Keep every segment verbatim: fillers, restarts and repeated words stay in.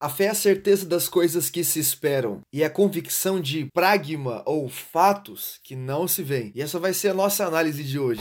A fé é a certeza das coisas que se esperam e a convicção de pragma ou fatos que não se veem. E essa vai ser a nossa análise de hoje.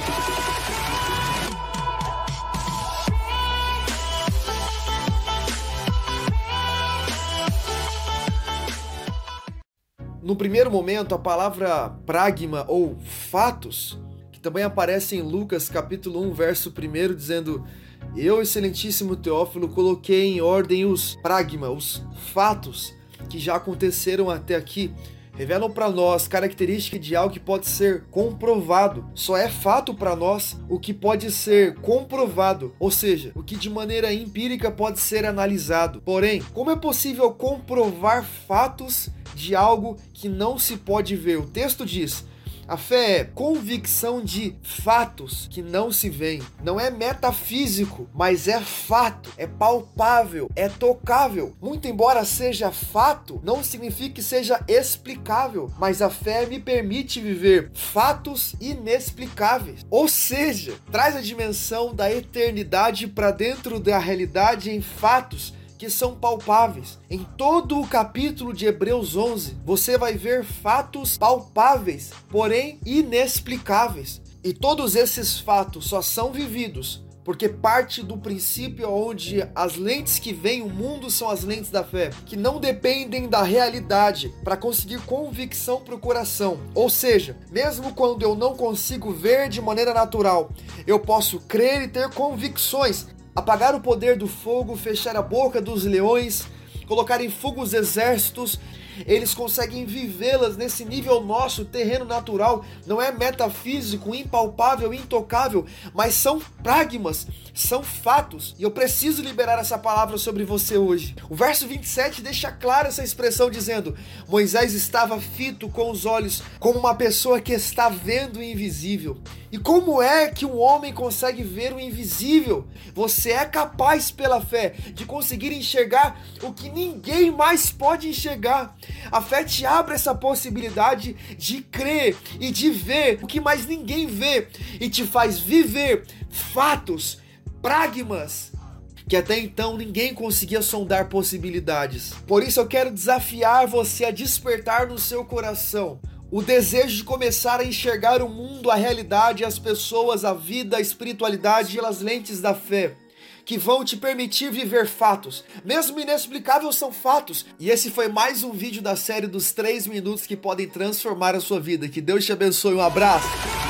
No primeiro momento, a palavra pragma ou fatos, que também aparece em Lucas capítulo um, verso primeiro, dizendo: eu, excelentíssimo Teófilo, coloquei em ordem os pragma, os fatos que já aconteceram até aqui, revelam para nós características de algo que pode ser comprovado. Só é fato para nós o que pode ser comprovado, ou seja, o que de maneira empírica pode ser analisado. Porém, como é possível comprovar fatos de algo que não se pode ver? O texto diz: a fé é convicção de fatos que não se veem. Não é metafísico, mas é fato, é palpável, é tocável. Muito embora seja fato, não significa que seja explicável, mas a fé me permite viver fatos inexplicáveis. Ou seja, traz a dimensão da eternidade para dentro da realidade em fatos que são palpáveis. Em todo o capítulo de Hebreus onze, você vai ver fatos palpáveis, porém inexplicáveis. E todos esses fatos só são vividos porque parte do princípio onde as lentes que veem o mundo são as lentes da fé, que não dependem da realidade para conseguir convicção para o coração. Ou seja, mesmo quando eu não consigo ver de maneira natural, eu posso crer e ter convicções, apagar o poder do fogo, fechar a boca dos leões, colocar em fuga os exércitos. Eles conseguem vivê-las nesse nível nosso, terreno natural. Não é metafísico, impalpável, intocável, mas são pragmas, são fatos. E eu preciso liberar essa palavra sobre você hoje. O verso vinte e sete deixa clara essa expressão dizendo: Moisés estava fito com os olhos, como uma pessoa que está vendo o invisível. E como é que um homem consegue ver o invisível? Você é capaz, pela fé, de conseguir enxergar o que ninguém mais pode enxergar. A fé te abre essa possibilidade de crer e de ver o que mais ninguém vê, e te faz viver fatos, pragmas, que até então ninguém conseguia sondar possibilidades. Por isso eu quero desafiar você a despertar no seu coração o desejo de começar a enxergar o mundo, a realidade, as pessoas, a vida, a espiritualidade pelas lentes da fé, que vão te permitir viver fatos. Mesmo inexplicáveis, são fatos. E esse foi mais um vídeo da série dos três minutos que podem transformar a sua vida. Que Deus te abençoe. Um abraço.